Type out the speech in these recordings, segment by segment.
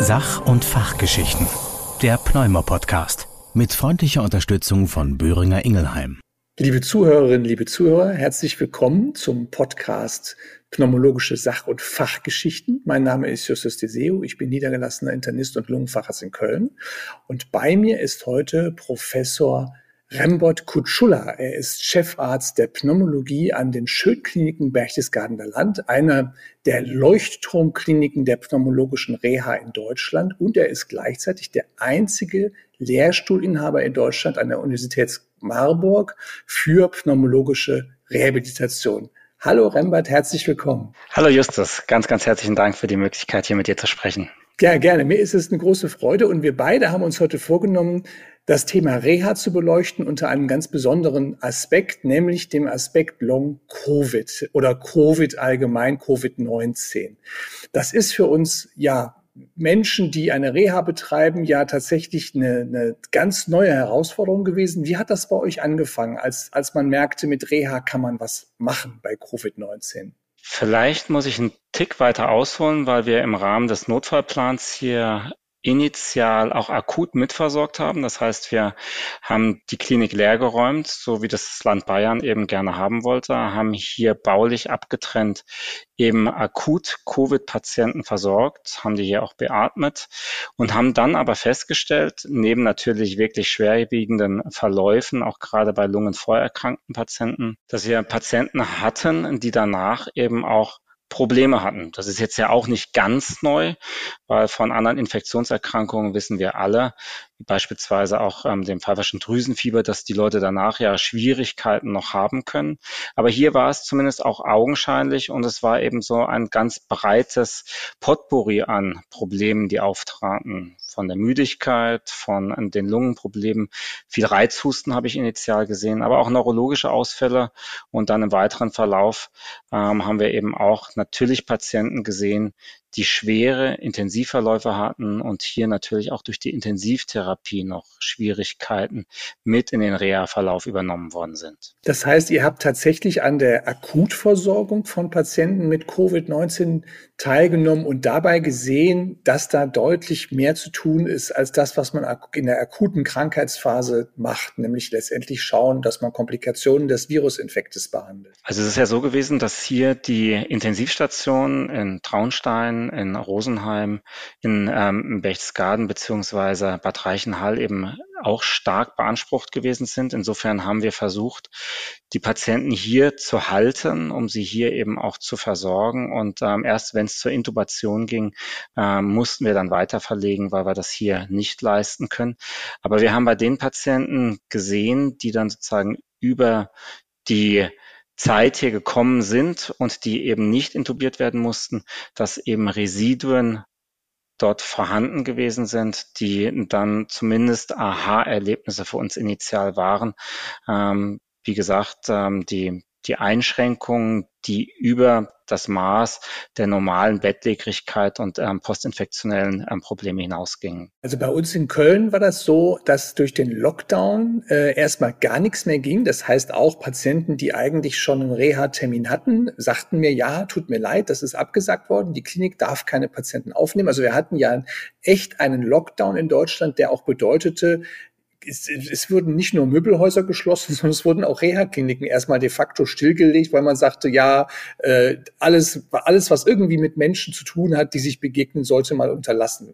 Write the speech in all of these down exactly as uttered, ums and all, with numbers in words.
Sach- und Fachgeschichten. Der Pneumo-Podcast. Mit freundlicher Unterstützung von Boehringer Ingelheim. Liebe Zuhörerinnen, liebe Zuhörer, herzlich willkommen zum Podcast Pneumologische Sach- und Fachgeschichten. Mein Name ist Justus Deseo, ich bin niedergelassener Internist und Lungenfacharzt in Köln. Und bei mir ist heute Professor Rembert Kutschulla. Er ist Chefarzt der Pneumologie an den Schöd-Kliniken Berchtesgadener Land, einer der Leuchtturmkliniken der pneumologischen Reha in Deutschland. Und er ist gleichzeitig der einzige Lehrstuhlinhaber in Deutschland an der Universität Marburg für pneumologische Rehabilitation. Hallo Rembert, herzlich willkommen. Hallo Justus, ganz, ganz herzlichen Dank für die Möglichkeit, hier mit dir zu sprechen. Ja, gerne. Mir ist es eine große Freude und wir beide haben uns heute vorgenommen, das Thema Reha zu beleuchten unter einem ganz besonderen Aspekt, nämlich dem Aspekt Long-Covid oder Covid allgemein, Covid neunzehn. Das ist für uns, ja, Menschen, die eine Reha betreiben, ja tatsächlich eine, eine ganz neue Herausforderung gewesen. Wie hat das bei euch angefangen, als, als man merkte, mit Reha kann man was machen bei Covid neunzehn? Vielleicht muss ich einen Tick weiter ausholen, weil wir im Rahmen des Notfallplans hier initial auch akut mitversorgt haben. Das heißt, wir haben die Klinik leergeräumt, so wie das Land Bayern eben gerne haben wollte, haben hier baulich abgetrennt eben akut Covid-Patienten versorgt, haben die hier auch beatmet und haben dann aber festgestellt, neben natürlich wirklich schwerwiegenden Verläufen, auch gerade bei lungenvorerkrankten Patienten, dass wir Patienten hatten, die danach eben auch Probleme hatten. Das ist jetzt ja auch nicht ganz neu, weil von anderen Infektionserkrankungen wissen wir alle, wie beispielsweise auch ähm, dem pfeiferschen Drüsenfieber, dass die Leute danach ja Schwierigkeiten noch haben können. Aber hier war es zumindest auch augenscheinlich und es war eben so ein ganz breites Potpourri an Problemen, die auftraten. Von der Müdigkeit, von den Lungenproblemen, viel Reizhusten habe ich initial gesehen, aber auch neurologische Ausfälle und dann im weiteren Verlauf ähm, haben wir eben auch natürlich Patienten gesehen, die schwere Intensivverläufe hatten und hier natürlich auch durch die Intensivtherapie noch Schwierigkeiten mit in den Reha-Verlauf übernommen worden sind. Das heißt, ihr habt tatsächlich an der Akutversorgung von Patienten mit Covid neunzehn teilgenommen und dabei gesehen, dass da deutlich mehr zu tun ist als das, was man in der akuten Krankheitsphase macht, nämlich letztendlich schauen, dass man Komplikationen des Virusinfektes behandelt. Also es ist ja so gewesen, dass hier die Intensivstationen in Traunstein, in Rosenheim, in ähm, Berchtesgaden beziehungsweise Bad Reichenhall eben auch stark beansprucht gewesen sind. Insofern haben wir versucht, die Patienten hier zu halten, um sie hier eben auch zu versorgen. Und ähm, erst wenn es zur Intubation ging, ähm, mussten wir dann weiter verlegen, weil wir das hier nicht leisten können. Aber wir haben bei den Patienten gesehen, die dann sozusagen über die Zeit hier gekommen sind und die eben nicht intubiert werden mussten, dass eben Residuen dort vorhanden gewesen sind, die dann zumindest Aha-Erlebnisse für uns initial waren. Ähm, wie gesagt, ähm, die, die Einschränkungen, die über das Maß der normalen Bettlägerigkeit und ähm, postinfektionellen ähm, Probleme hinausgingen. Also bei uns in Köln war das so, dass durch den Lockdown äh, erstmal gar nichts mehr ging. Das heißt, auch Patienten, die eigentlich schon einen Reha-Termin hatten, sagten mir, ja, tut mir leid, das ist abgesagt worden. Die Klinik darf keine Patienten aufnehmen. Also wir hatten ja echt einen Lockdown in Deutschland, der auch bedeutete, Es, es wurden nicht nur Möbelhäuser geschlossen, sondern es wurden auch Reha-Kliniken erstmal de facto stillgelegt, weil man sagte, ja, äh, alles, alles, was irgendwie mit Menschen zu tun hat, die sich begegnen, sollte mal unterlassen.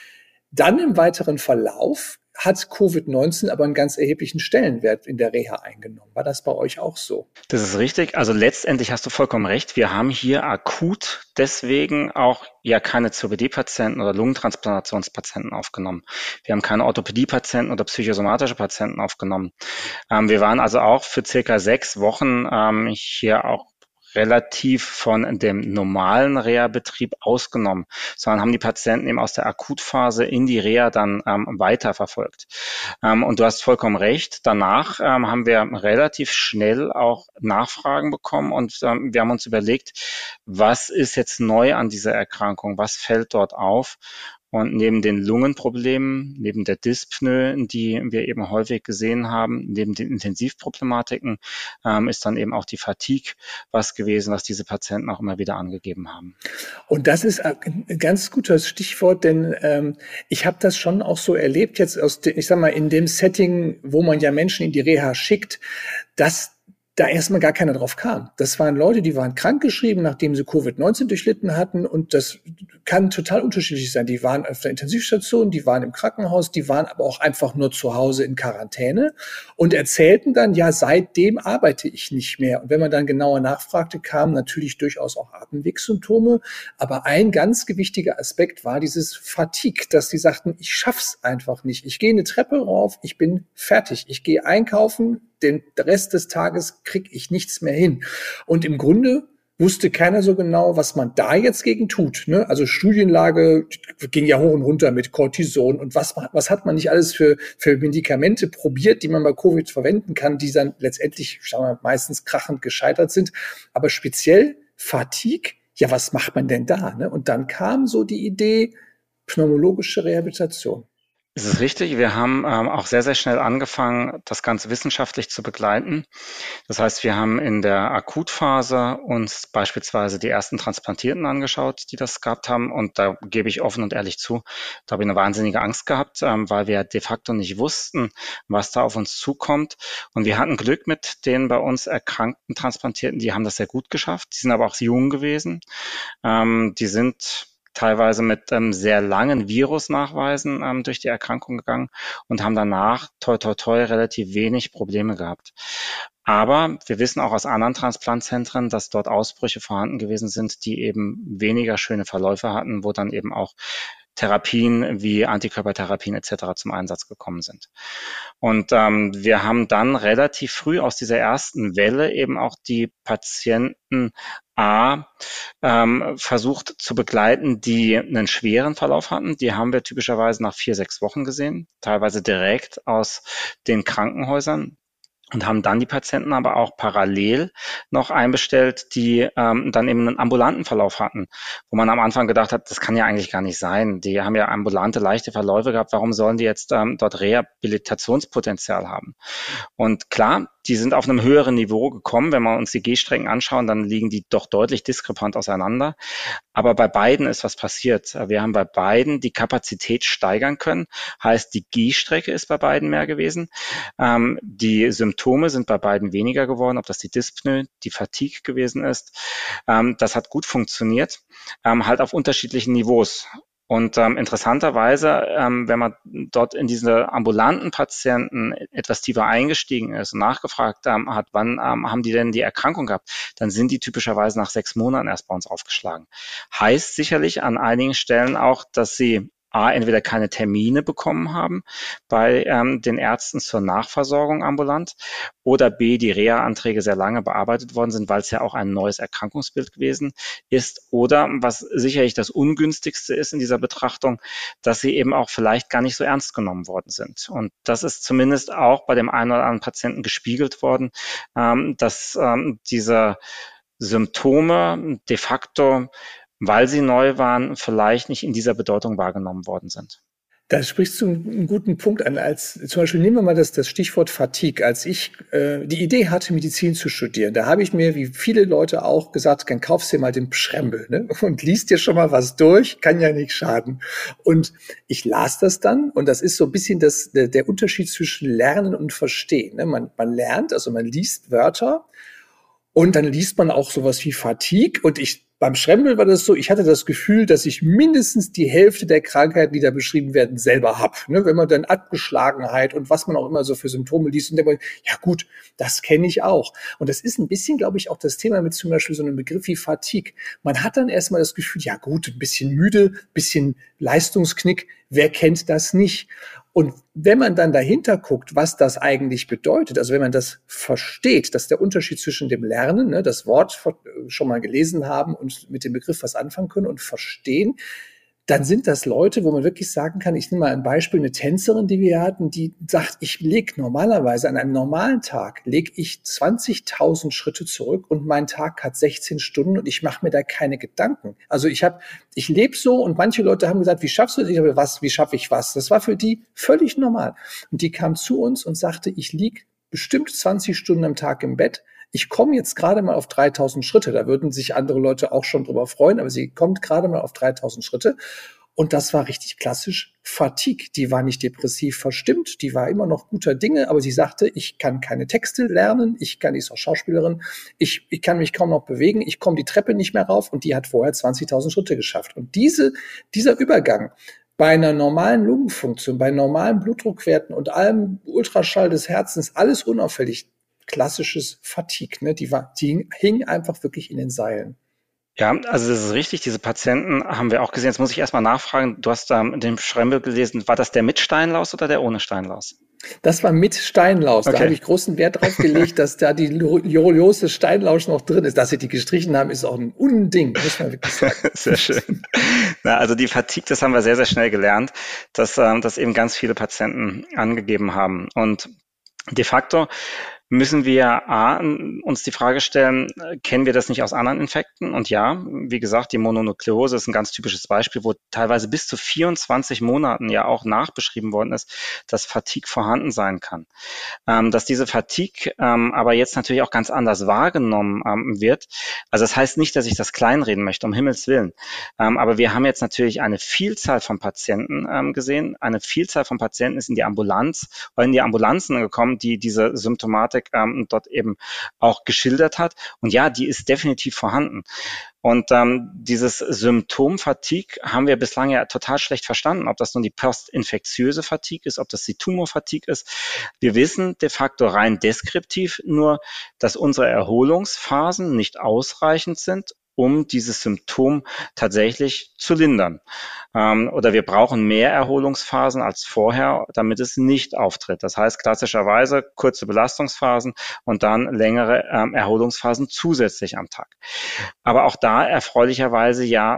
Dann im weiteren Verlauf hat Covid neunzehn aber einen ganz erheblichen Stellenwert in der Reha eingenommen. War das bei euch auch so? Das ist richtig. Also letztendlich hast du vollkommen recht. Wir haben hier akut deswegen auch ja keine C O P D-Patienten oder Lungentransplantationspatienten aufgenommen. Wir haben keine Orthopädie-Patienten oder psychosomatische Patienten aufgenommen. Ähm, wir waren also auch für circa sechs Wochen ähm, hier auch relativ von dem normalen Reha-Betrieb ausgenommen, sondern haben die Patienten eben aus der Akutphase in die Reha dann ähm, weiterverfolgt. Ähm, und du hast vollkommen recht, danach ähm, haben wir relativ schnell auch Nachfragen bekommen und ähm, wir haben uns überlegt, was ist jetzt neu an dieser Erkrankung, was fällt dort auf? Und neben den Lungenproblemen, neben der Dyspnoe, die wir eben häufig gesehen haben, neben den Intensivproblematiken, ähm, ist dann eben auch die Fatigue was gewesen, was diese Patienten auch immer wieder angegeben haben. Und das ist ein ganz gutes Stichwort, denn ähm, ich habe das schon auch so erlebt, jetzt aus, de, ich sag mal, in dem Setting, wo man ja Menschen in die Reha schickt, dass da erstmal gar keiner drauf kam. Das waren Leute, die waren krankgeschrieben, nachdem sie Covid neunzehn durchlitten hatten, und das kann total unterschiedlich sein. Die waren auf der Intensivstation, die waren im Krankenhaus, die waren aber auch einfach nur zu Hause in Quarantäne und erzählten dann, ja, seitdem arbeite ich nicht mehr. Und wenn man dann genauer nachfragte, kamen natürlich durchaus auch Atemwegssymptome, aber ein ganz gewichtiger Aspekt war dieses Fatigue, dass sie sagten, ich schaff's einfach nicht. Ich gehe eine Treppe rauf, ich bin fertig. Ich gehe einkaufen, den Rest des Tages kriege ich nichts mehr hin. Und im Grunde wusste keiner so genau, was man da jetzt gegen tut. Ne? Also Studienlage ging ja hoch und runter mit Cortison und was, was hat man nicht alles für, für Medikamente probiert, die man bei Covid verwenden kann, die dann letztendlich, sagen wir, meistens krachend gescheitert sind. Aber speziell Fatigue, ja, was macht man denn da? Ne? Und dann kam so die Idee, pneumologische Rehabilitation. Es ist richtig. Wir haben ähm, auch sehr, sehr schnell angefangen, das Ganze wissenschaftlich zu begleiten. Das heißt, wir haben in der Akutphase uns beispielsweise die ersten Transplantierten angeschaut, die das gehabt haben. Und da gebe ich offen und ehrlich zu, da habe ich eine wahnsinnige Angst gehabt, ähm, weil wir de facto nicht wussten, was da auf uns zukommt. Und wir hatten Glück mit den bei uns erkrankten Transplantierten. Die haben das sehr gut geschafft. Die sind aber auch jung gewesen. Ähm, die sind teilweise mit ähm, sehr langen Virusnachweisen ähm, durch die Erkrankung gegangen und haben danach toi toi toi relativ wenig Probleme gehabt. Aber wir wissen auch aus anderen Transplantzentren, dass dort Ausbrüche vorhanden gewesen sind, die eben weniger schöne Verläufe hatten, wo dann eben auch Therapien wie Antikörpertherapien et cetera zum Einsatz gekommen sind. Und ähm, wir haben dann relativ früh aus dieser ersten Welle eben auch die Patienten A ähm, versucht zu begleiten, die einen schweren Verlauf hatten. Die haben wir typischerweise nach vier, sechs Wochen gesehen, teilweise direkt aus den Krankenhäusern. Und haben dann die Patienten aber auch parallel noch einbestellt, die ähm, dann eben einen ambulanten Verlauf hatten, wo man am Anfang gedacht hat, das kann ja eigentlich gar nicht sein. Die haben ja ambulante, leichte Verläufe gehabt. Warum sollen die jetzt ähm, dort Rehabilitationspotenzial haben? Und klar, die sind auf einem höheren Niveau gekommen. Wenn wir uns die Gehstrecken anschauen, dann liegen die doch deutlich diskrepant auseinander. Aber bei beiden ist was passiert. Wir haben bei beiden die Kapazität steigern können. Heißt, die Gehstrecke ist bei beiden mehr gewesen. Ähm, die Symptome sind bei beiden weniger geworden, ob das die Dyspnoe, die Fatigue gewesen ist. Ähm, das hat gut funktioniert, ähm, halt auf unterschiedlichen Niveaus. Und ähm, interessanterweise, ähm, wenn man dort in diese ambulanten Patienten etwas tiefer eingestiegen ist und nachgefragt ähm, hat, wann ähm, haben die denn die Erkrankung gehabt, dann sind die typischerweise nach sechs Monaten erst bei uns aufgeschlagen. Heißt sicherlich an einigen Stellen auch, dass sie A, entweder keine Termine bekommen haben bei ähm, den Ärzten zur Nachversorgung ambulant oder B, die Reha-Anträge sehr lange bearbeitet worden sind, weil es ja auch ein neues Erkrankungsbild gewesen ist oder, was sicherlich das Ungünstigste ist in dieser Betrachtung, dass sie eben auch vielleicht gar nicht so ernst genommen worden sind. Und das ist zumindest auch bei dem einen oder anderen Patienten gespiegelt worden, ähm, dass ähm, diese Symptome de facto, weil sie neu waren, vielleicht nicht in dieser Bedeutung wahrgenommen worden sind. Da sprichst du einen guten Punkt an. Als zum Beispiel nehmen wir mal das, das Stichwort Fatigue. Als ich äh, die Idee hatte, Medizin zu studieren, da habe ich mir, wie viele Leute auch, gesagt, dann kaufst dir mal den Pschrembel, ne? Und liest dir schon mal was durch, kann ja nicht schaden. Und ich las das dann und das ist so ein bisschen das, der, der Unterschied zwischen Lernen und Verstehen. Ne? Man, man lernt, also man liest Wörter und dann liest man auch sowas wie Fatigue und ich Beim Schrembel war das so, ich hatte das Gefühl, dass ich mindestens die Hälfte der Krankheiten, die da beschrieben werden, selber habe. Ne, wenn man dann Abgeschlagenheit und was man auch immer so für Symptome liest, und denkt man, ja gut, das kenne ich auch. Und das ist ein bisschen, glaube ich, auch das Thema mit zum Beispiel so einem Begriff wie Fatigue. Man hat dann erstmal das Gefühl, ja gut, ein bisschen müde, ein bisschen Leistungsknick, wer kennt das nicht? Und wenn man dann dahinter guckt, was das eigentlich bedeutet, also wenn man das versteht, dass der Unterschied zwischen dem Lernen, ne, das Wort schon mal gelesen haben und mit dem Begriff was anfangen können und verstehen, dann sind das Leute, wo man wirklich sagen kann, ich nehme mal ein Beispiel, eine Tänzerin, die wir hatten, die sagt, ich lege normalerweise an einem normalen Tag, lege ich zwanzigtausend Schritte zurück und mein Tag hat sechzehn Stunden und ich mache mir da keine Gedanken. Also ich habe, ich lebe so und manche Leute haben gesagt, wie schaffst du das? Ich habe was, wie schaffe ich was? Das war für die völlig normal. Und die kam zu uns und sagte, ich liege bestimmt zwanzig Stunden am Tag im Bett. Ich komme jetzt gerade mal auf dreitausend Schritte. Da würden sich andere Leute auch schon drüber freuen, aber sie kommt gerade mal auf dreitausend Schritte. Und das war richtig klassisch Fatigue. Die war nicht depressiv verstimmt, die war immer noch guter Dinge, aber sie sagte, ich kann keine Texte lernen, ich kann, die ist auch Schauspielerin, ich, ich kann mich kaum noch bewegen, ich komme die Treppe nicht mehr rauf und die hat vorher zwanzigtausend Schritte geschafft. Und diese, dieser Übergang bei einer normalen Lungenfunktion, bei normalen Blutdruckwerten und allem Ultraschall des Herzens, alles unauffällig, klassisches Fatigue, ne? Die war, die hing einfach wirklich in den Seilen. Ja, also das ist richtig. Diese Patienten haben wir auch gesehen. Jetzt muss ich erstmal nachfragen. Du hast da in dem Schrembel gelesen, war das der mit Steinlaus oder der ohne Steinlaus? Das war mit Steinlaus. Okay. Da habe ich großen Wert drauf gelegt, dass da die Loriose Steinlaus noch drin ist. Dass sie die gestrichen haben, ist auch ein Unding, muss man wirklich sagen. Sehr schön. Na, also die Fatigue, das haben wir sehr, sehr schnell gelernt, dass ähm, das eben ganz viele Patienten angegeben haben. Und de facto müssen wir A, uns die Frage stellen, kennen wir das nicht aus anderen Infekten? Und ja, wie gesagt, die Mononukleose ist ein ganz typisches Beispiel, wo teilweise bis zu vierundzwanzig Monaten ja auch nachbeschrieben worden ist, dass Fatigue vorhanden sein kann. Ähm, dass diese Fatigue ähm, aber jetzt natürlich auch ganz anders wahrgenommen ähm, wird. Also das heißt nicht, dass ich das kleinreden möchte, um Himmels Willen. Ähm, aber wir haben jetzt natürlich eine Vielzahl von Patienten ähm, gesehen. Eine Vielzahl von Patienten ist in die Ambulanz oder in die Ambulanzen gekommen, die diese Symptomatik ähm, dort eben auch geschildert hat. Und ja, die ist definitiv vorhanden. Und ähm, dieses Symptom Fatigue haben wir bislang ja total schlecht verstanden, ob das nun die postinfektiöse Fatigue ist, ob das die Tumorfatigue ist. Wir wissen de facto rein deskriptiv nur, dass unsere Erholungsphasen nicht ausreichend sind, um dieses Symptom tatsächlich zu lindern. Ähm, oder wir brauchen mehr Erholungsphasen als vorher, damit es nicht auftritt. Das heißt klassischerweise kurze Belastungsphasen und dann längere ähm, Erholungsphasen zusätzlich am Tag. Aber auch da erfreulicherweise ja,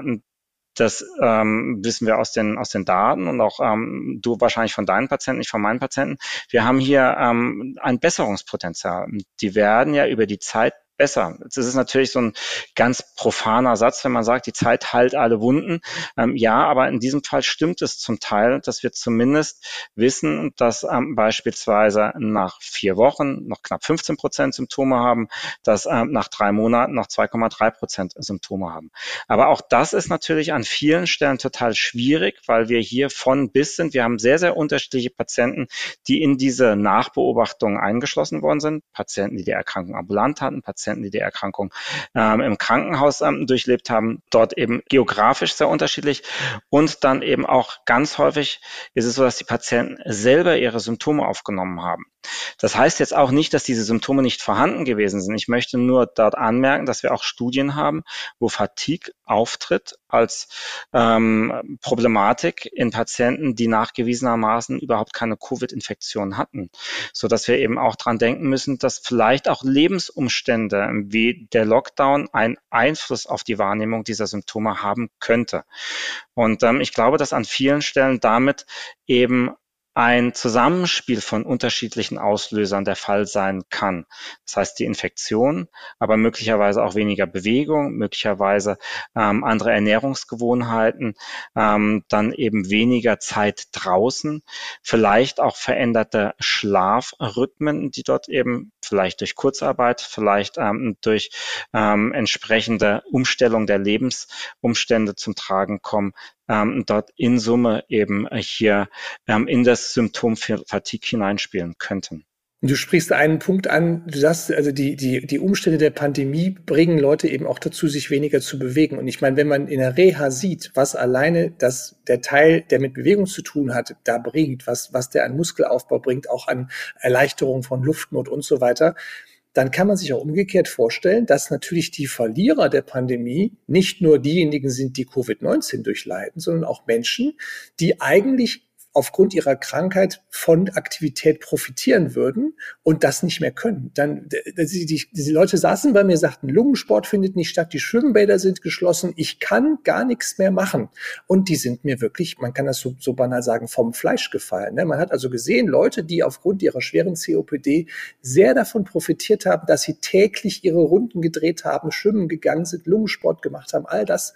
das ähm, wissen wir aus den aus den Daten und auch ähm, du wahrscheinlich von deinen Patienten, nicht von meinen Patienten. Wir haben hier ähm, ein Besserungspotenzial. Die werden ja über die Zeit besser. Das ist natürlich so ein ganz profaner Satz, wenn man sagt, die Zeit heilt alle Wunden. Ähm, ja, aber in diesem Fall stimmt es zum Teil, dass wir zumindest wissen, dass ähm, beispielsweise nach vier Wochen noch knapp fünfzehn Prozent Symptome haben, dass ähm, nach drei Monaten noch zwei Komma drei Prozent Symptome haben. Aber auch das ist natürlich an vielen Stellen total schwierig, weil wir hier von bis sind. Wir haben sehr, sehr unterschiedliche Patienten, die in diese Nachbeobachtung eingeschlossen worden sind. Patienten, die die Erkrankung ambulant hatten, Patienten, die die Erkrankung ähm, im Krankenhaus ähm, durchlebt haben, dort eben geografisch sehr unterschiedlich. Und dann eben auch ganz häufig ist es so, dass die Patienten selber ihre Symptome aufgenommen haben. Das heißt jetzt auch nicht, dass diese Symptome nicht vorhanden gewesen sind. Ich möchte nur dort anmerken, dass wir auch Studien haben, wo Fatigue auftritt als ähm, Problematik in Patienten, die nachgewiesenermaßen überhaupt keine Covid-Infektion hatten, sodass wir eben auch dran denken müssen, dass vielleicht auch Lebensumstände wie der Lockdown einen Einfluss auf die Wahrnehmung dieser Symptome haben könnte. Und ähm, ich glaube, dass an vielen Stellen damit eben ein Zusammenspiel von unterschiedlichen Auslösern der Fall sein kann. Das heißt, die Infektion, aber möglicherweise auch weniger Bewegung, möglicherweise ähm, andere Ernährungsgewohnheiten, ähm, dann eben weniger Zeit draußen, vielleicht auch veränderte Schlafrhythmen, die dort eben vielleicht durch Kurzarbeit, vielleicht ähm, durch ähm, entsprechende Umstellung der Lebensumstände zum Tragen kommen, ähm, dort in Summe eben hier ähm, in das Symptom Fatigue hineinspielen könnten. Du sprichst einen Punkt an, du sagst, also die, die, die Umstände der Pandemie bringen Leute eben auch dazu, sich weniger zu bewegen. Und ich meine, wenn man in der Reha sieht, was alleine das, der Teil, der mit Bewegung zu tun hat, da bringt, was, was der an Muskelaufbau bringt, auch an Erleichterung von Luftnot und so weiter, dann kann man sich auch umgekehrt vorstellen, dass natürlich die Verlierer der Pandemie nicht nur diejenigen sind, die Covid neunzehn durchleiden, sondern auch Menschen, die eigentlich aufgrund ihrer Krankheit von Aktivität profitieren würden und das nicht mehr können. Dann, die, die, die Leute saßen bei mir, sagten, Lungensport findet nicht statt, die Schwimmbäder sind geschlossen, ich kann gar nichts mehr machen. Und die sind mir wirklich, man kann das so, so banal sagen, vom Fleisch gefallen. Ne? Man hat also gesehen, Leute, die aufgrund ihrer schweren C O P D sehr davon profitiert haben, dass sie täglich ihre Runden gedreht haben, schwimmen gegangen sind, Lungensport gemacht haben, all das,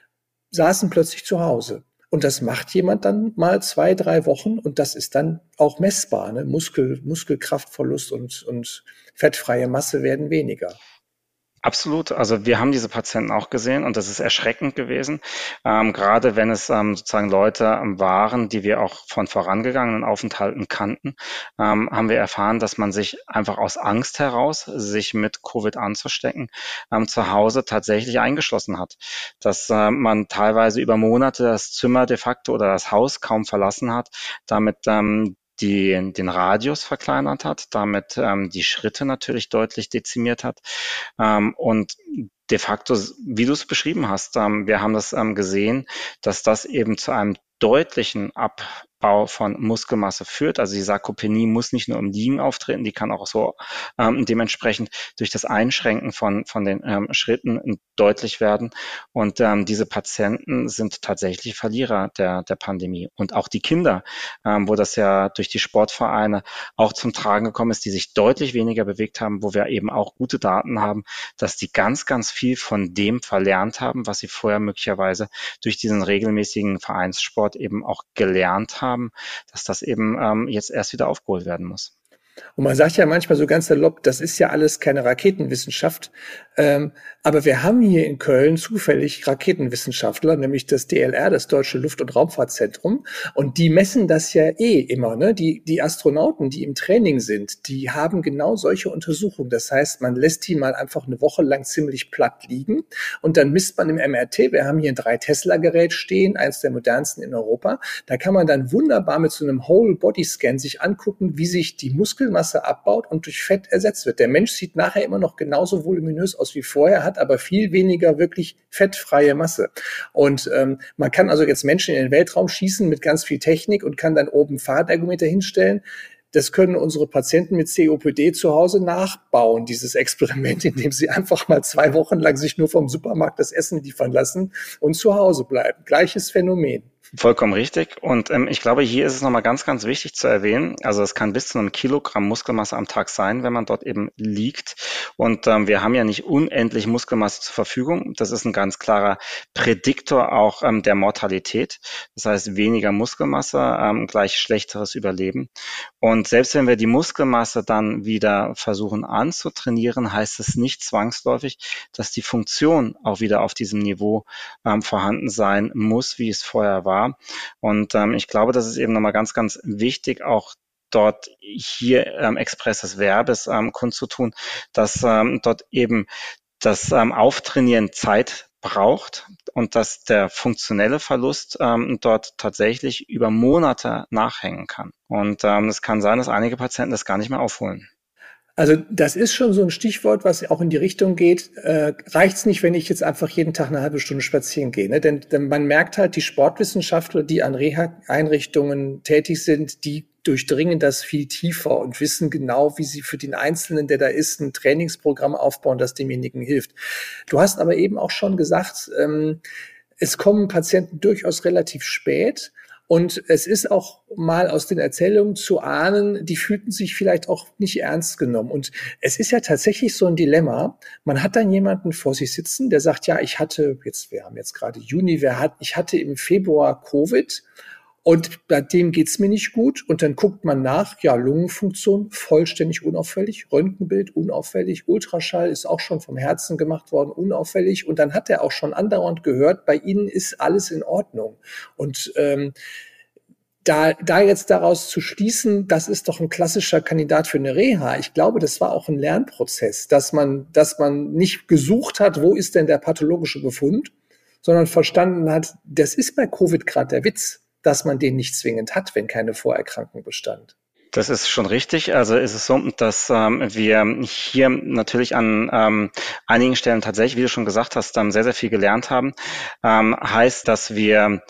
saßen plötzlich zu Hause. Und das macht jemand dann mal zwei, drei Wochen und das ist dann auch messbar. Ne? Muskel, Muskelkraftverlust und, und fettfreie Masse werden weniger. Absolut. Also wir haben diese Patienten auch gesehen und das ist erschreckend gewesen, ähm, gerade wenn es ähm, sozusagen Leute ähm, waren, die wir auch von vorangegangenen Aufenthalten kannten, ähm, haben wir erfahren, dass man sich einfach aus Angst heraus, sich mit Covid anzustecken, ähm, zu Hause tatsächlich eingeschlossen hat. Dass äh, man teilweise über Monate das Zimmer de facto oder das Haus kaum verlassen hat, damit ähm, die, den Radius verkleinert hat, damit ähm, die Schritte natürlich deutlich dezimiert hat. Ähm, und de facto, wie du es beschrieben hast, ähm, wir haben das ähm, gesehen, dass das eben zu einem deutlichen Abbau von Muskelmasse führt. Also die Sarkopenie muss nicht nur im Liegen auftreten, die kann auch so ähm, dementsprechend durch das Einschränken von, von den ähm, Schritten deutlich werden. Und ähm, diese Patienten sind tatsächlich Verlierer der, der Pandemie. Und auch die Kinder, ähm, wo das ja durch die Sportvereine auch zum Tragen gekommen ist, die sich deutlich weniger bewegt haben, wo wir eben auch gute Daten haben, dass die ganz, ganz viel von dem verlernt haben, was sie vorher möglicherweise durch diesen regelmäßigen Vereinssport eben auch gelernt haben, dass das eben ähm, jetzt erst wieder aufgeholt werden muss. Und man sagt ja manchmal so ganz salopp, das ist ja alles keine Raketenwissenschaft. Ähm, aber wir haben hier in Köln zufällig Raketenwissenschaftler, nämlich das D L R, das Deutsche Luft- und Raumfahrtzentrum. Und die messen das ja eh immer. Ne? Die, die Astronauten, die im Training sind, die haben genau solche Untersuchungen. Das heißt, man lässt die mal einfach eine Woche lang ziemlich platt liegen. Und dann misst man im M R T, wir haben hier ein drei Tesla Gerät stehen, eines der modernsten in Europa. Da kann man dann wunderbar mit so einem Whole-Body-Scan sich angucken, wie sich die Muskeln Masse abbaut und durch Fett ersetzt wird. Der Mensch sieht nachher immer noch genauso voluminös aus wie vorher, hat aber viel weniger wirklich fettfreie Masse. Und ähm, man kann also jetzt Menschen in den Weltraum schießen mit ganz viel Technik und kann dann oben Fahrtergometer hinstellen. Das können unsere Patienten mit C O P D zu Hause nachbauen, dieses Experiment, indem sie einfach mal zwei Wochen lang sich nur vom Supermarkt das Essen liefern lassen und zu Hause bleiben. Gleiches Phänomen. Vollkommen richtig. Und ähm, ich glaube, hier ist es nochmal ganz, ganz wichtig zu erwähnen. Also es kann bis zu einem Kilogramm Muskelmasse am Tag sein, wenn man dort eben liegt. Und ähm, wir haben ja nicht unendlich Muskelmasse zur Verfügung. Das ist ein ganz klarer Prädiktor auch ähm, der Mortalität. Das heißt, weniger Muskelmasse ähm, gleich schlechteres Überleben. Und selbst wenn wir die Muskelmasse dann wieder versuchen anzutrainieren, heißt es nicht zwangsläufig, dass die Funktion auch wieder auf diesem Niveau ähm, vorhanden sein muss, wie es vorher war. Und ähm, ich glaube, das ist eben nochmal ganz, ganz wichtig, auch dort hier ähm, expresses Verbes ähm, kundzutun, dass ähm, dort eben das ähm, Auftrainieren Zeit braucht und dass der funktionelle Verlust ähm, dort tatsächlich über Monate nachhängen kann. Und ähm, es kann sein, dass einige Patienten das gar nicht mehr aufholen. Also das ist schon so ein Stichwort, was auch in die Richtung geht. Äh, reicht's nicht, wenn ich jetzt einfach jeden Tag eine halbe Stunde spazieren gehe? Ne? Denn, denn man merkt halt, die Sportwissenschaftler, die an Reha-Einrichtungen tätig sind, die durchdringen das viel tiefer und wissen genau, wie sie für den Einzelnen, der da ist, ein Trainingsprogramm aufbauen, das demjenigen hilft. Du hast aber eben auch schon gesagt, ähm, es kommen Patienten durchaus relativ spät. Und es ist auch mal aus den Erzählungen zu ahnen, die fühlten sich vielleicht auch nicht ernst genommen. Und es ist ja tatsächlich so ein Dilemma. Man hat dann jemanden vor sich sitzen, der sagt, ja, ich hatte, jetzt, wir haben jetzt gerade Juni, wer hat, ich hatte im Februar Covid und bei dem geht's mir nicht gut. Und dann guckt man nach, ja, Lungenfunktion vollständig unauffällig, Röntgenbild unauffällig, Ultraschall ist auch schon vom Herzen gemacht worden, unauffällig. Und dann hat er auch schon andauernd gehört, bei Ihnen ist alles in Ordnung. Und ähm, da, da jetzt daraus zu schließen, das ist doch ein klassischer Kandidat für eine Reha. Ich glaube, das war auch ein Lernprozess, dass man, dass man nicht gesucht hat, wo ist denn der pathologische Befund, sondern verstanden hat, das ist bei Covid gerade der Witz, dass man den nicht zwingend hat, wenn keine Vorerkrankung bestand. Das ist schon richtig. Also ist es so, dass ähm, wir hier natürlich an ähm, einigen Stellen tatsächlich, wie du schon gesagt hast, ähm, sehr, sehr viel gelernt haben. Ähm, heißt, dass wir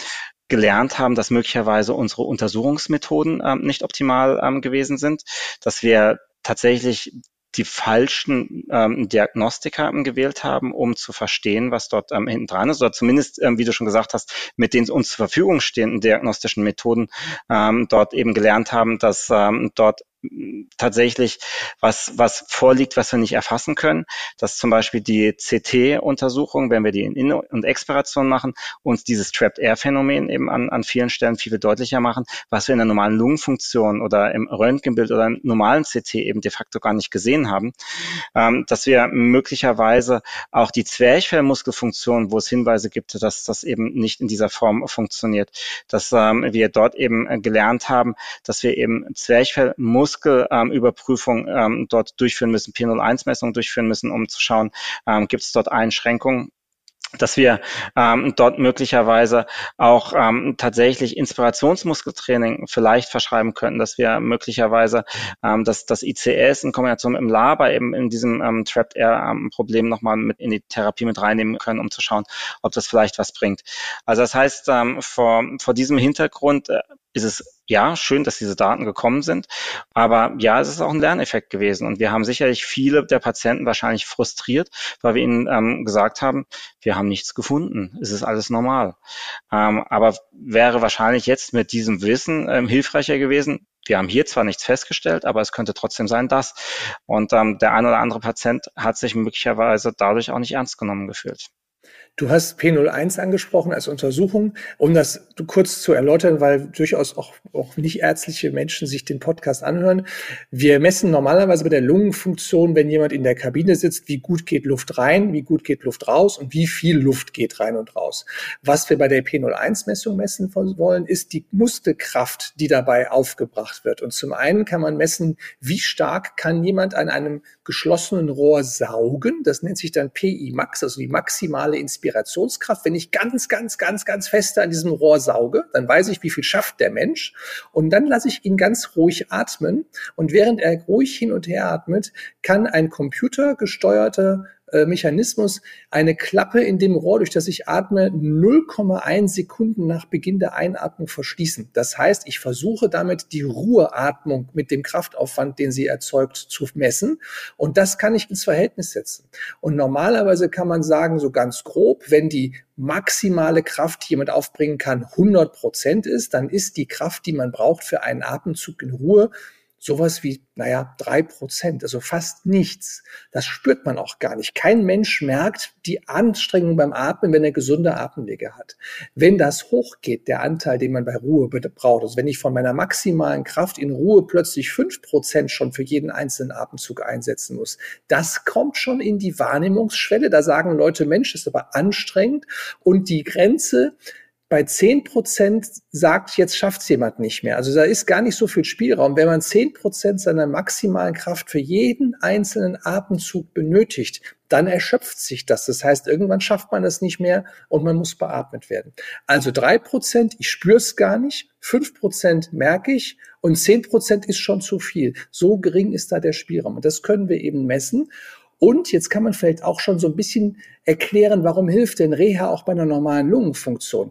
gelernt haben, dass möglicherweise unsere Untersuchungsmethoden ähm, nicht optimal ähm, gewesen sind, dass wir tatsächlich die falschen ähm, Diagnostika ähm, gewählt haben, um zu verstehen, was dort ähm, hinten dran ist, oder zumindest, ähm, wie du schon gesagt hast, mit den uns zur Verfügung stehenden diagnostischen Methoden ähm, dort eben gelernt haben, dass ähm, dort tatsächlich was, was vorliegt, was wir nicht erfassen können, dass zum Beispiel die C T-Untersuchung, wenn wir die in In- und Expiration machen, uns dieses Trapped-Air-Phänomen eben an, an vielen Stellen viel, viel deutlicher machen, was wir in der normalen Lungenfunktion oder im Röntgenbild oder im normalen C T eben de facto gar nicht gesehen haben, ähm, dass wir möglicherweise auch die Zwerchfellmuskelfunktion, wo es Hinweise gibt, dass das eben nicht in dieser Form funktioniert, dass ähm, wir dort eben gelernt haben, dass wir eben Zwerchfellmuskelfunktion Muskelüberprüfung ähm, ähm, dort durchführen müssen, P null eins Messungen durchführen müssen, um zu schauen, ähm, gibt es dort Einschränkungen, dass wir ähm, dort möglicherweise auch ähm, tatsächlich Inspirationsmuskeltraining vielleicht verschreiben könnten, dass wir möglicherweise ähm, das, das I C S in Kombination mit dem L A B A eben in diesem ähm, Trapped-Air-Problem ähm, nochmal mit in die Therapie mit reinnehmen können, um zu schauen, ob das vielleicht was bringt. Also das heißt, ähm, vor, vor diesem Hintergrund äh, ist es ja schön, dass diese Daten gekommen sind, aber ja, es ist auch ein Lerneffekt gewesen und wir haben sicherlich viele der Patienten wahrscheinlich frustriert, weil wir ihnen ähm, gesagt haben, wir haben nichts gefunden, es ist alles normal. Ähm, aber wäre wahrscheinlich jetzt mit diesem Wissen ähm, hilfreicher gewesen. Wir haben hier zwar nichts festgestellt, aber es könnte trotzdem sein, dass. Und ähm, der ein oder andere Patient hat sich möglicherweise dadurch auch nicht ernst genommen gefühlt. Du hast P null eins angesprochen als Untersuchung, um das kurz zu erläutern, weil durchaus auch, auch nicht ärztliche Menschen sich den Podcast anhören. Wir messen normalerweise bei der Lungenfunktion, wenn jemand in der Kabine sitzt, wie gut geht Luft rein, wie gut geht Luft raus und wie viel Luft geht rein und raus. Was wir bei der P null eins Messung messen wollen, ist die Muskelkraft, die dabei aufgebracht wird. Und zum einen kann man messen, wie stark kann jemand an einem geschlossenen Rohr saugen. Das nennt sich dann P I Max, also die maximale Inspirationskraft. Wenn ich ganz, ganz, ganz, ganz feste an diesem Rohr sauge, dann weiß ich, wie viel schafft der Mensch. Und dann lasse ich ihn ganz ruhig atmen. Und während er ruhig hin und her atmet, kann ein computergesteuerter äh, Mechanismus eine Klappe in dem Rohr, durch das ich atme, null Komma eins Sekunden nach Beginn der Einatmung verschließen. Das heißt, ich versuche damit die Ruheatmung mit dem Kraftaufwand, den sie erzeugt, zu messen. Und das kann ich ins Verhältnis setzen. Und normalerweise kann man sagen, so ganz grob, wenn die maximale Kraft, die jemand aufbringen kann, hundert Prozent ist, dann ist die Kraft, die man braucht für einen Atemzug in Ruhe, sowas wie, naja, drei Prozent, also fast nichts. Das spürt man auch gar nicht. Kein Mensch merkt die Anstrengung beim Atmen, wenn er gesunde Atemwege hat. Wenn das hochgeht, der Anteil, den man bei Ruhe braucht, also wenn ich von meiner maximalen Kraft in Ruhe plötzlich fünf Prozent schon für jeden einzelnen Atemzug einsetzen muss, das kommt schon in die Wahrnehmungsschwelle. Da sagen Leute, Mensch, das ist aber anstrengend. Und die Grenze bei zehn Prozent sagt, jetzt schafft's jemand nicht mehr. Also da ist gar nicht so viel Spielraum. Wenn man zehn Prozent seiner maximalen Kraft für jeden einzelnen Atemzug benötigt, dann erschöpft sich das. Das heißt, irgendwann schafft man das nicht mehr und man muss beatmet werden. Also drei Prozent, ich spüre es gar nicht, fünf Prozent merke ich und zehn Prozent ist schon zu viel. So gering ist da der Spielraum. Und das können wir eben messen. Und jetzt kann man vielleicht auch schon so ein bisschen erklären, warum hilft denn Reha auch bei einer normalen Lungenfunktion?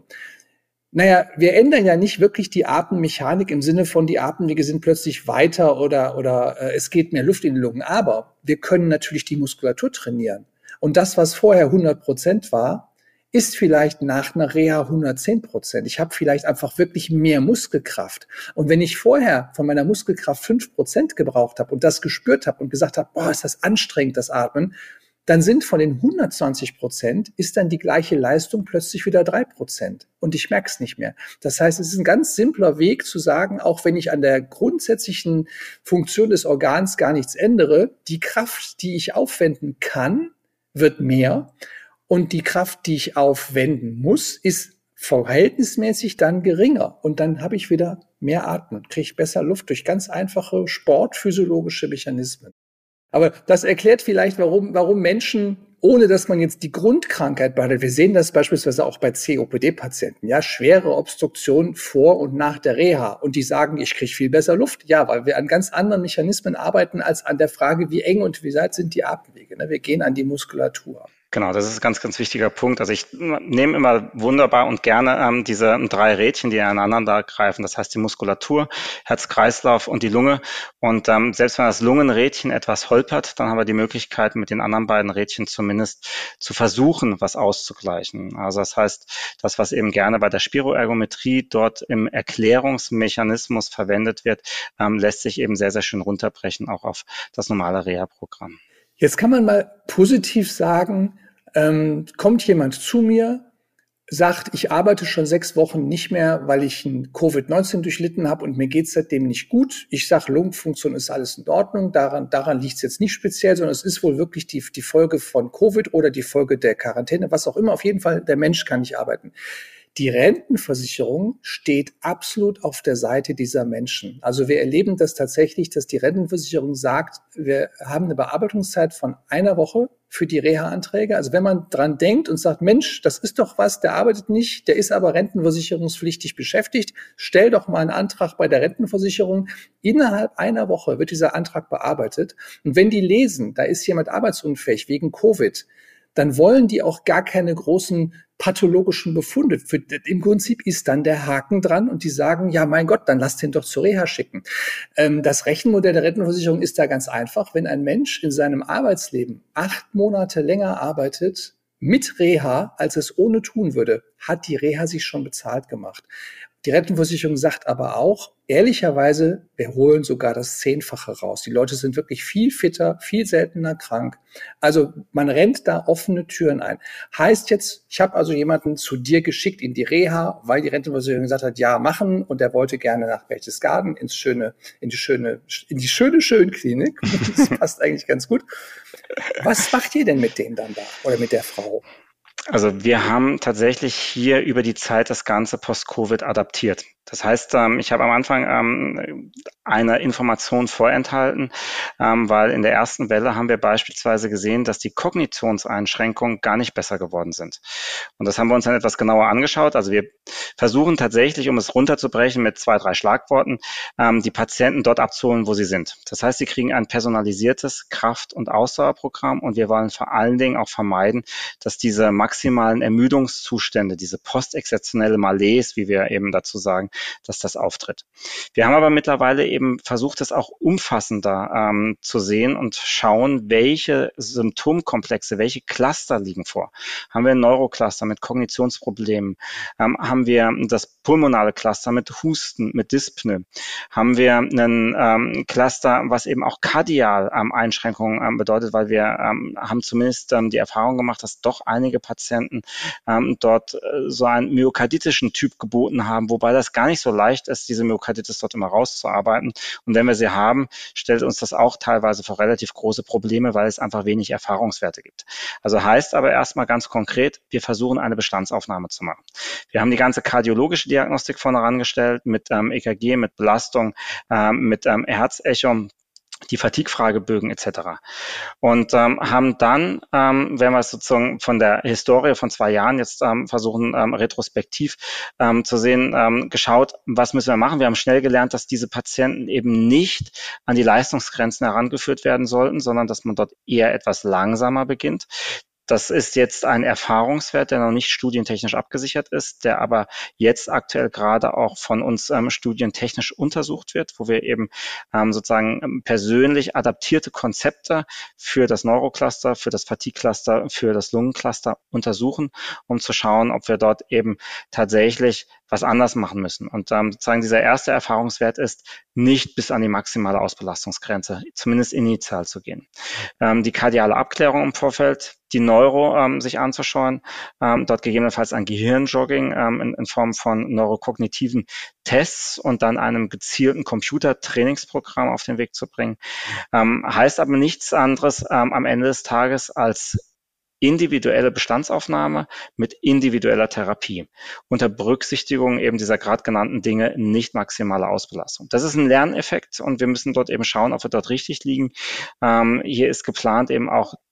Naja, wir ändern ja nicht wirklich die Atemmechanik im Sinne von, die Atemwege sind plötzlich weiter oder, oder äh, es geht mehr Luft in die Lungen. Aber wir können natürlich die Muskulatur trainieren. Und das, was vorher hundert Prozent war, ist vielleicht nach einer Reha hundertzehn Prozent. Ich habe vielleicht einfach wirklich mehr Muskelkraft. Und wenn ich vorher von meiner Muskelkraft fünf Prozent gebraucht habe und das gespürt habe und gesagt habe, boah, ist das anstrengend, das Atmen, dann sind von den hundertzwanzig Prozent ist dann die gleiche Leistung plötzlich wieder drei Prozent. Und ich merke es nicht mehr. Das heißt, es ist ein ganz simpler Weg zu sagen, auch wenn ich an der grundsätzlichen Funktion des Organs gar nichts ändere, die Kraft, die ich aufwenden kann, wird mehr. Und die Kraft, die ich aufwenden muss, ist verhältnismäßig dann geringer. Und dann habe ich wieder mehr Atmen, kriege besser Luft durch ganz einfache sportphysiologische Mechanismen. Aber das erklärt vielleicht, warum, warum Menschen, ohne dass man jetzt die Grundkrankheit behandelt, wir sehen das beispielsweise auch bei C O P D-Patienten, ja, schwere Obstruktion vor und nach der Reha. Und die sagen, ich kriege viel besser Luft. Ja, weil wir an ganz anderen Mechanismen arbeiten als an der Frage, wie eng und wie weit sind die Atemwege. Wir gehen an die Muskulatur. Genau, das ist ein ganz, ganz wichtiger Punkt. Also ich nehme immer wunderbar und gerne ähm, diese drei Rädchen, die aneinander greifen. Das heißt die Muskulatur, Herz-Kreislauf und die Lunge. Und ähm, selbst wenn das Lungenrädchen etwas holpert, dann haben wir die Möglichkeit, mit den anderen beiden Rädchen zumindest zu versuchen, was auszugleichen. Also das heißt, das, was eben gerne bei der Spiroergometrie dort im Erklärungsmechanismus verwendet wird, ähm, lässt sich eben sehr, sehr schön runterbrechen, auch auf das normale Reha-Programm. Jetzt kann man mal positiv sagen, ähm, kommt jemand zu mir, sagt, ich arbeite schon sechs Wochen nicht mehr, weil ich ein Covid neunzehn durchlitten habe und mir geht's seitdem nicht gut. Ich sage, Lungenfunktion ist alles in Ordnung, daran, daran liegt es jetzt nicht speziell, sondern es ist wohl wirklich die, die Folge von Covid oder die Folge der Quarantäne, was auch immer. Auf jeden Fall, der Mensch kann nicht arbeiten. Die Rentenversicherung steht absolut auf der Seite dieser Menschen. Also wir erleben das tatsächlich, dass die Rentenversicherung sagt, wir haben eine Bearbeitungszeit von einer Woche für die Reha-Anträge. Also wenn man dran denkt und sagt, Mensch, das ist doch was, der arbeitet nicht, der ist aber rentenversicherungspflichtig beschäftigt, stell doch mal einen Antrag bei der Rentenversicherung. Innerhalb einer Woche wird dieser Antrag bearbeitet. Und wenn die lesen, da ist jemand arbeitsunfähig wegen Covid, dann wollen die auch gar keine großen pathologischen Befunde. Für, im Prinzip ist dann der Haken dran und die sagen, ja, mein Gott, dann lasst den doch zur Reha schicken. Ähm, das Rechenmodell der Rentenversicherung ist da ganz einfach. Wenn ein Mensch in seinem Arbeitsleben acht Monate länger arbeitet mit Reha, als es ohne tun würde, hat die Reha sich schon bezahlt gemacht. Die Rentenversicherung sagt aber auch, ehrlicherweise, wir holen sogar das Zehnfache raus. Die Leute sind wirklich viel fitter, viel seltener krank. Also man rennt da offene Türen ein. Heißt jetzt, ich habe also jemanden zu dir geschickt in die Reha, weil die Rentenversicherung gesagt hat, ja, machen, und der wollte gerne nach Berchtesgaden ins schöne, in die schöne, in die schöne Schönklinik. Das passt eigentlich ganz gut. Was macht ihr denn mit dem dann da oder mit der Frau? Also wir haben tatsächlich hier über die Zeit das Ganze post-Covid adaptiert. Das heißt, ähm, ich habe am Anfang ähm, eine Information vorenthalten, ähm, weil in der ersten Welle haben wir beispielsweise gesehen, dass die Kognitionseinschränkungen gar nicht besser geworden sind. Und das haben wir uns dann etwas genauer angeschaut. Also wir versuchen tatsächlich, um es runterzubrechen mit zwei, drei Schlagworten, ähm, die Patienten dort abzuholen, wo sie sind. Das heißt, sie kriegen ein personalisiertes Kraft- und Ausdauerprogramm und wir wollen vor allen Dingen auch vermeiden, dass diese maximalen Ermüdungszustände, diese postexzeptionelle Malaise, wie wir eben dazu sagen, dass das auftritt. Wir haben aber mittlerweile eben versucht, es auch umfassender ähm, zu sehen und schauen, welche Symptomkomplexe, welche Cluster liegen vor. Haben wir ein Neurocluster mit Kognitionsproblemen? Ähm, haben wir das pulmonale Cluster mit Husten, mit Dyspnoe? Haben wir einen ähm, Cluster, was eben auch kardial ähm, Einschränkungen ähm, bedeutet, weil wir ähm, haben zumindest ähm, die Erfahrung gemacht, dass doch einige Patienten ähm, dort äh, so einen myokarditischen Typ geboten haben, wobei das gar nicht so leicht ist, diese Myokarditis dort immer rauszuarbeiten. Und wenn wir sie haben, stellt uns das auch teilweise vor relativ große Probleme, weil es einfach wenig Erfahrungswerte gibt. Also heißt aber erstmal ganz konkret, wir versuchen eine Bestandsaufnahme zu machen. Wir haben die ganze kardiologische Diagnostik vorne herangestellt mit ähm, E K G, mit Belastung, ähm, mit ähm, Herzecho, die Fatigue-Fragebögen et cetera. Und ähm, haben dann, ähm, wenn wir es sozusagen von der Historie von zwei Jahren jetzt ähm, versuchen, ähm, retrospektiv ähm, zu sehen, ähm, geschaut, was müssen wir machen. Wir haben schnell gelernt, dass diese Patienten eben nicht an die Leistungsgrenzen herangeführt werden sollten, sondern dass man dort eher etwas langsamer beginnt. Das ist jetzt ein Erfahrungswert, der noch nicht studientechnisch abgesichert ist, der aber jetzt aktuell gerade auch von uns ähm, studientechnisch untersucht wird, wo wir eben ähm, sozusagen ähm, persönlich adaptierte Konzepte für das Neurocluster, für das Fatigue-Cluster, für das Lungencluster untersuchen, um zu schauen, ob wir dort eben tatsächlich was anders machen müssen. Und ähm, sozusagen dieser erste Erfahrungswert ist, nicht bis an die maximale Ausbelastungsgrenze, zumindest initial zu gehen. Ähm, die kardiale Abklärung im Vorfeld, die Neuro ähm, sich anzuschauen, ähm, dort gegebenenfalls ein Gehirnjogging ähm, in, in Form von neurokognitiven Tests und dann einem gezielten Computertrainingsprogramm auf den Weg zu bringen. Ähm, heißt aber nichts anderes ähm, am Ende des Tages als individuelle Bestandsaufnahme mit individueller Therapie unter Berücksichtigung eben dieser gerade genannten Dinge, nicht maximale Ausbelastung. Das ist ein Lerneffekt und wir müssen dort eben schauen, ob wir dort richtig liegen. Ähm, hier ist geplant, eben auch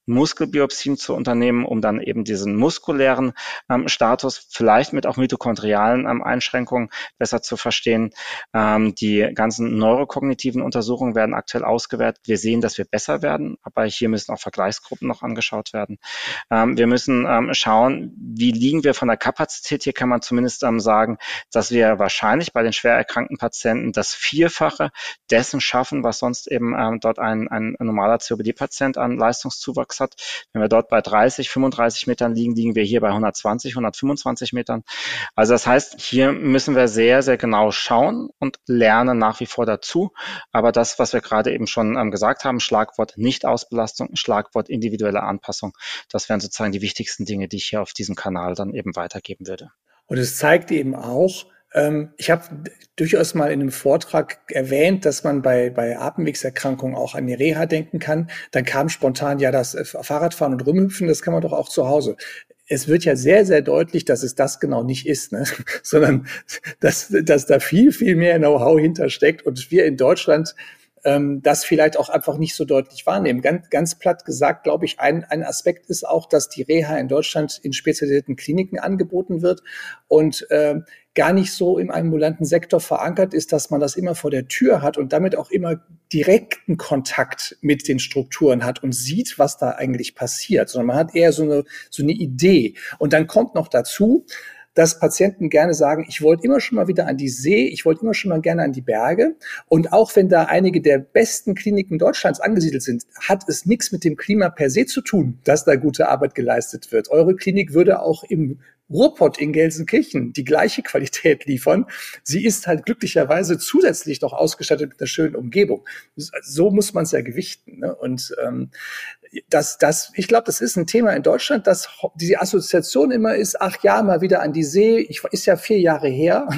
Muskelbiopsien zu unternehmen, um dann eben diesen muskulären ähm, Status, vielleicht mit auch mitochondrialen ähm, Einschränkungen besser zu verstehen. Ähm, die ganzen neurokognitiven Untersuchungen werden aktuell ausgewertet. Wir sehen, dass wir besser werden, aber hier müssen auch Vergleichsgruppen noch angeschaut werden. Ähm, wir müssen ähm, schauen, wie liegen wir von der Kapazität. Hier kann man zumindest ähm, sagen, dass wir wahrscheinlich bei den schwer erkrankten Patienten das Vierfache dessen schaffen, was sonst eben ähm, dort ein, ein normaler C O P D-Patient an Leistungszuwachs hat. Wenn wir dort bei dreißig, fünfunddreißig Metern liegen, liegen wir hier bei hundertzwanzig, hundertfünfundzwanzig Metern. Also das heißt, hier müssen wir sehr, sehr genau schauen und lernen nach wie vor dazu. Aber das, was wir gerade eben schon ähm, gesagt haben, Schlagwort Nicht-Ausbelastung, Schlagwort individuelle Anpassung, das wären sozusagen die wichtigsten Dinge, die ich hier auf diesem Kanal dann eben weitergeben würde. Und es zeigt eben auch, ähm, ich habe durchaus mal in einem Vortrag erwähnt, dass man bei, bei Atemwegserkrankungen auch an die Reha denken kann. Dann kam spontan, ja, das Fahrradfahren und Rumhüpfen, das kann man doch auch zu Hause. Es wird ja sehr, sehr deutlich, dass es das genau nicht ist, ne? Sondern dass, dass da viel, viel mehr Know-how hintersteckt und wir in Deutschland ähm, das vielleicht auch einfach nicht so deutlich wahrnehmen. Ganz, ganz platt gesagt, glaube ich, ein, ein Aspekt ist auch, dass die Reha in Deutschland in spezialisierten Kliniken angeboten wird und äh, gar nicht so im ambulanten Sektor verankert ist, dass man das immer vor der Tür hat und damit auch immer direkten Kontakt mit den Strukturen hat und sieht, was da eigentlich passiert, sondern man hat eher so eine, so eine Idee. Und dann kommt noch dazu, dass Patienten gerne sagen, ich wollte immer schon mal wieder an die See, ich wollte immer schon mal gerne an die Berge. Und auch wenn da einige der besten Kliniken Deutschlands angesiedelt sind, hat es nichts mit dem Klima per se zu tun, dass da gute Arbeit geleistet wird. Eure Klinik würde auch im Ruhrpott in Gelsenkirchen die gleiche Qualität liefern. Sie ist halt glücklicherweise zusätzlich noch ausgestattet mit einer schönen Umgebung. So muss man es ja gewichten, ne? Und ähm, das, das, ich glaube, das ist ein Thema in Deutschland, dass diese Assoziation immer ist, ach ja, mal wieder an die See, ich, ist ja vier Jahre her.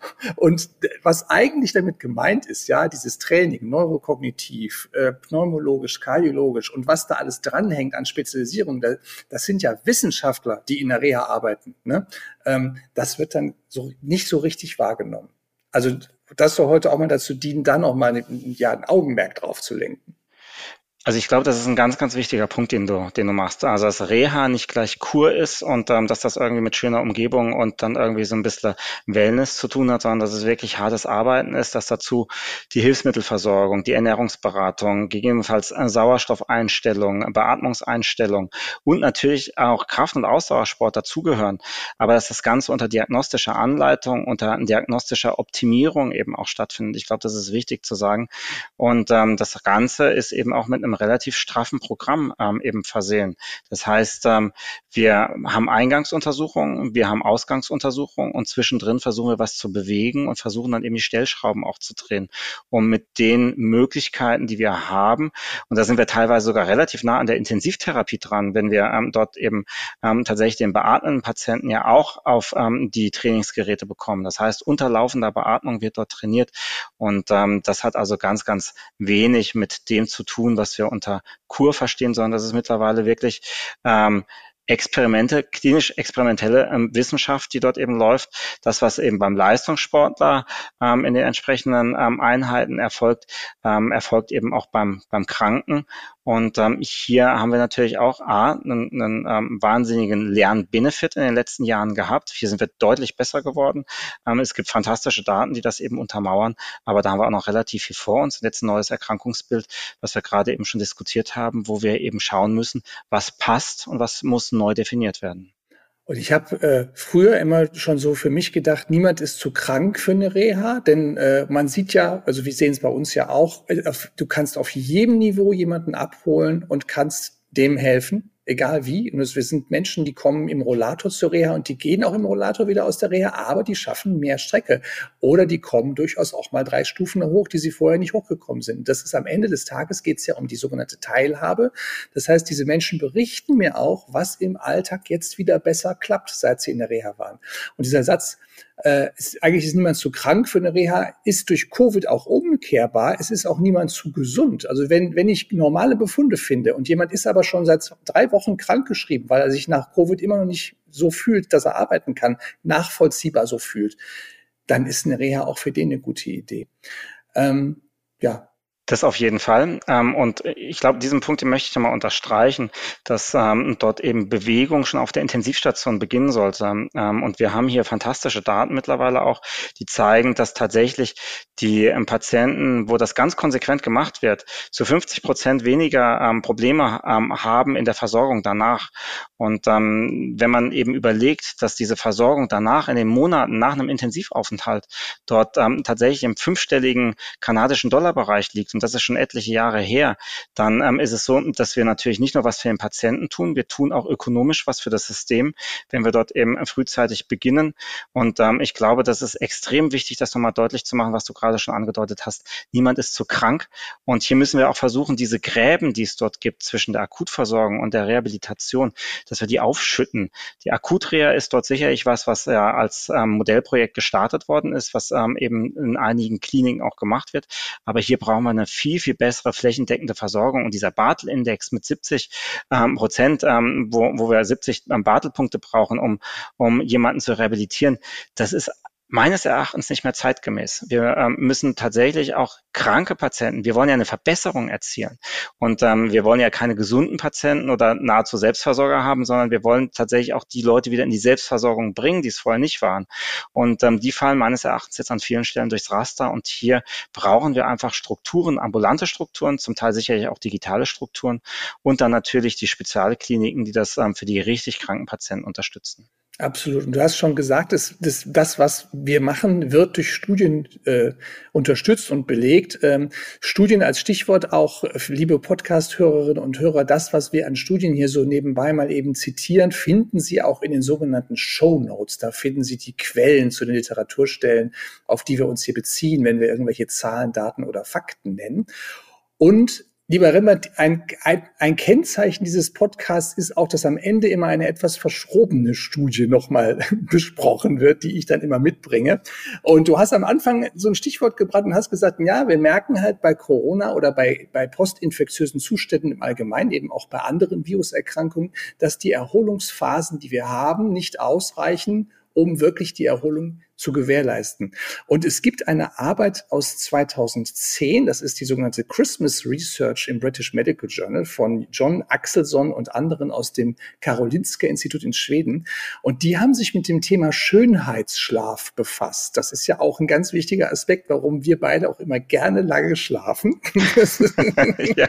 Und was eigentlich damit gemeint ist, ja, dieses Training, neurokognitiv, äh, pneumologisch, kardiologisch und was da alles dranhängt an Spezialisierung, das, das sind ja Wissenschaftler, die in der Reha arbeiten, ne? Ähm, das wird dann so nicht so richtig wahrgenommen. Also das soll heute auch mal dazu dienen, dann auch mal ein, ja, ein Augenmerk drauf zu lenken. Also ich glaube, das ist ein ganz, ganz wichtiger Punkt, den du, den du machst. Also dass Reha nicht gleich Kur ist und ähm, dass das irgendwie mit schöner Umgebung und dann irgendwie so ein bisschen Wellness zu tun hat, sondern dass es wirklich hartes Arbeiten ist, dass dazu die Hilfsmittelversorgung, die Ernährungsberatung, gegebenenfalls äh, Sauerstoffeinstellung, Beatmungseinstellung und natürlich auch Kraft- und Ausdauersport dazugehören. Aber dass das Ganze unter diagnostischer Anleitung, unter diagnostischer Optimierung eben auch stattfindet. Ich glaube, das ist wichtig zu sagen. Und ähm, das Ganze ist eben auch mit einem relativ straffen Programm ähm, eben versehen. Das heißt, ähm, wir haben Eingangsuntersuchungen, wir haben Ausgangsuntersuchungen und zwischendrin versuchen wir was zu bewegen und versuchen dann eben die Stellschrauben auch zu drehen, um mit den Möglichkeiten, die wir haben, und da sind wir teilweise sogar relativ nah an der Intensivtherapie dran, wenn wir ähm, dort eben ähm, tatsächlich den beatmenden Patienten ja auch auf ähm, die Trainingsgeräte bekommen. Das heißt, unter laufender Beatmung wird dort trainiert und ähm, das hat also ganz, ganz wenig mit dem zu tun, was wir unter Kur verstehen, sondern das ist mittlerweile wirklich ähm, Experimente, klinisch-experimentelle ähm, Wissenschaft, die dort eben läuft. Das, was eben beim Leistungssportler ähm, in den entsprechenden ähm, Einheiten erfolgt, ähm, erfolgt eben auch beim, beim Kranken. Und ähm, hier haben wir natürlich auch A, einen, einen ähm, wahnsinnigen Lernbenefit in den letzten Jahren gehabt. Hier sind wir deutlich besser geworden. Ähm, es gibt fantastische Daten, die das eben untermauern, aber da haben wir auch noch relativ viel vor uns. Jetzt ein neues Erkrankungsbild, was wir gerade eben schon diskutiert haben, wo wir eben schauen müssen, was passt und was muss neu definiert werden. Und ich habe äh, früher immer schon so für mich gedacht, niemand ist zu krank für eine Reha, denn äh, man sieht ja, also wir sehen es bei uns ja auch, äh, auf, du kannst auf jedem Niveau jemanden abholen und kannst dem helfen, egal wie. Und es, wir sind Menschen, die kommen im Rollator zur Reha und die gehen auch im Rollator wieder aus der Reha, aber die schaffen mehr Strecke. Oder die kommen durchaus auch mal drei Stufen hoch, die sie vorher nicht hochgekommen sind. Das ist am Ende des Tages, geht es ja um die sogenannte Teilhabe. Das heißt, diese Menschen berichten mir auch, was im Alltag jetzt wieder besser klappt, seit sie in der Reha waren. Und dieser Satz, äh, ist, eigentlich ist niemand zu krank für eine Reha, ist durch Covid auch umkehrbar. Es ist auch niemand zu gesund. Also wenn, wenn ich normale Befunde finde und jemand ist aber schon seit drei Wochen krankgeschrieben, weil er sich nach Covid immer noch nicht so fühlt, dass er arbeiten kann, nachvollziehbar so fühlt, dann ist eine Reha auch für den eine gute Idee. Ähm, ja. Das auf jeden Fall. Ähm, und ich glaube, diesen Punkt, den möchte ich nochmal unterstreichen, dass ähm, dort eben Bewegung schon auf der Intensivstation beginnen sollte. Ähm, und wir haben hier fantastische Daten mittlerweile auch, die zeigen, dass tatsächlich die ähm, Patienten, wo das ganz konsequent gemacht wird, zu fünfzig Prozent weniger ähm, Probleme ähm, haben in der Versorgung danach. Und ähm, wenn man eben überlegt, dass diese Versorgung danach in den Monaten nach einem Intensivaufenthalt dort ähm, tatsächlich im fünfstelligen kanadischen Dollarbereich liegt, und das ist schon etliche Jahre her, dann ähm, ist es so, dass wir natürlich nicht nur was für den Patienten tun, wir tun auch ökonomisch was für das System, wenn wir dort eben frühzeitig beginnen. Und ähm, ich glaube, das ist extrem wichtig, das nochmal deutlich zu machen, was du gerade schon angedeutet hast. Niemand ist zu krank. Und hier müssen wir auch versuchen, diese Gräben, die es dort gibt zwischen der Akutversorgung und der Rehabilitation, dass wir die aufschütten. Die Akutreha ist dort sicherlich was, was ja als ähm, Modellprojekt gestartet worden ist, was ähm, eben in einigen Kliniken auch gemacht wird. Aber hier brauchen wir eine viel, viel bessere flächendeckende Versorgung. Und dieser Bartel-Index mit siebzig ähm, Prozent, ähm, wo, wo wir siebzig ähm, Bartel-Punkte brauchen, um, um jemanden zu rehabilitieren, das ist meines Erachtens nicht mehr zeitgemäß. Wir ähm, müssen tatsächlich auch kranke Patienten, wir wollen ja eine Verbesserung erzielen. Und ähm, wir wollen ja keine gesunden Patienten oder nahezu Selbstversorger haben, sondern wir wollen tatsächlich auch die Leute wieder in die Selbstversorgung bringen, die es vorher nicht waren. Und ähm, die fallen meines Erachtens jetzt an vielen Stellen durchs Raster. Und hier brauchen wir einfach Strukturen, ambulante Strukturen, zum Teil sicherlich auch digitale Strukturen und dann natürlich die Spezialkliniken, die das ähm, für die richtig kranken Patienten unterstützen. Absolut. Und du hast schon gesagt, dass, dass das, was wir machen, wird durch Studien äh, unterstützt und belegt. Ähm, Studien als Stichwort auch, liebe Podcast-Hörerinnen und Hörer, das, was wir an Studien hier so nebenbei mal eben zitieren, finden Sie auch in den sogenannten Shownotes. Da finden Sie die Quellen zu den Literaturstellen, auf die wir uns hier beziehen, wenn wir irgendwelche Zahlen, Daten oder Fakten nennen. Und lieber Remmert, ein, ein, ein Kennzeichen dieses Podcasts ist auch, dass am Ende immer eine etwas verschrobene Studie nochmal besprochen wird, die ich dann immer mitbringe. Und du hast am Anfang so ein Stichwort gebracht und hast gesagt, ja, wir merken halt bei Corona oder bei, bei postinfektiösen Zuständen im Allgemeinen, eben auch bei anderen Viruserkrankungen, dass die Erholungsphasen, die wir haben, nicht ausreichen, um wirklich die Erholung zu gewährleisten. Und es gibt eine Arbeit aus zweitausendzehn, das ist die sogenannte Christmas Research im British Medical Journal von John Axelsson und anderen aus dem Karolinska-Institut in Schweden. Und die haben sich mit dem Thema Schönheitsschlaf befasst. Das ist ja auch ein ganz wichtiger Aspekt, warum wir beide auch immer gerne lange schlafen. Ja.